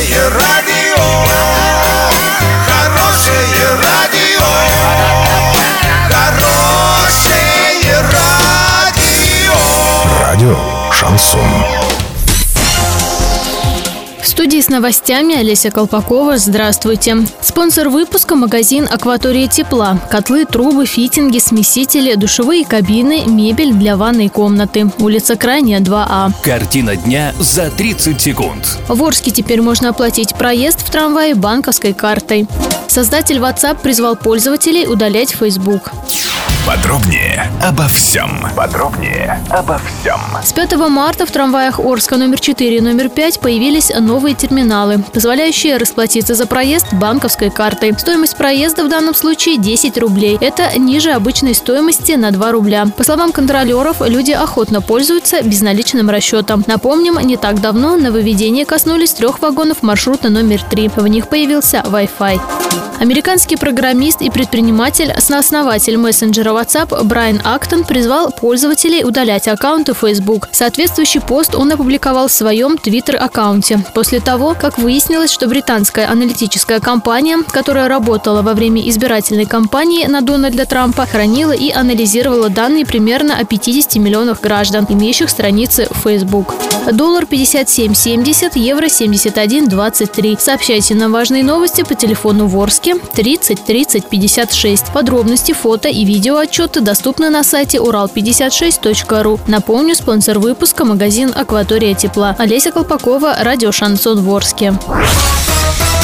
Хорошее радио, хорошее радио, хорошее радио. Радио «Шансон». В студии с новостями Олеся Колпакова. Здравствуйте. Спонсор выпуска – магазин «Акватория тепла». Котлы, трубы, фитинги, смесители, душевые кабины, мебель для ванной комнаты. Улица Крайняя, 2А. Картина дня за 30 секунд. В Орске теперь можно оплатить проезд в трамвае банковской картой. Создатель WhatsApp призвал пользователей удалять Facebook. Подробнее обо всем. С 5 марта в трамваях Орска номер 4 и номер 5 появились новые терминалы, позволяющие расплатиться за проезд банковской картой. Стоимость проезда в данном случае 10 рублей. Это ниже обычной стоимости на 2 рубля. По словам контролеров, люди охотно пользуются безналичным расчетом. Напомним, не так давно нововведения коснулись 3 вагонов маршрута номер 3. В них появился Wi-Fi. Американский программист и предприниматель, сооснователь мессенджера WhatsApp Брайан Актон призвал пользователей удалять аккаунты Facebook. Соответствующий пост он опубликовал в своем Twitter-аккаунте после того, как выяснилось, что британская аналитическая компания, которая работала во время избирательной кампании на Дональда Трампа, хранила и анализировала данные примерно о 50 миллионах граждан, имеющих страницы в Facebook. Доллар 57.70, евро 71.23. Сообщайте нам важные новости по телефону в Орске 30 30 56. Подробности, фото и видеоотчеты доступны на сайте урал56.ру. Напомню, спонсор выпуска – магазин «Акватория тепла». Олеся Колпакова, радио «Шансон» в Орске.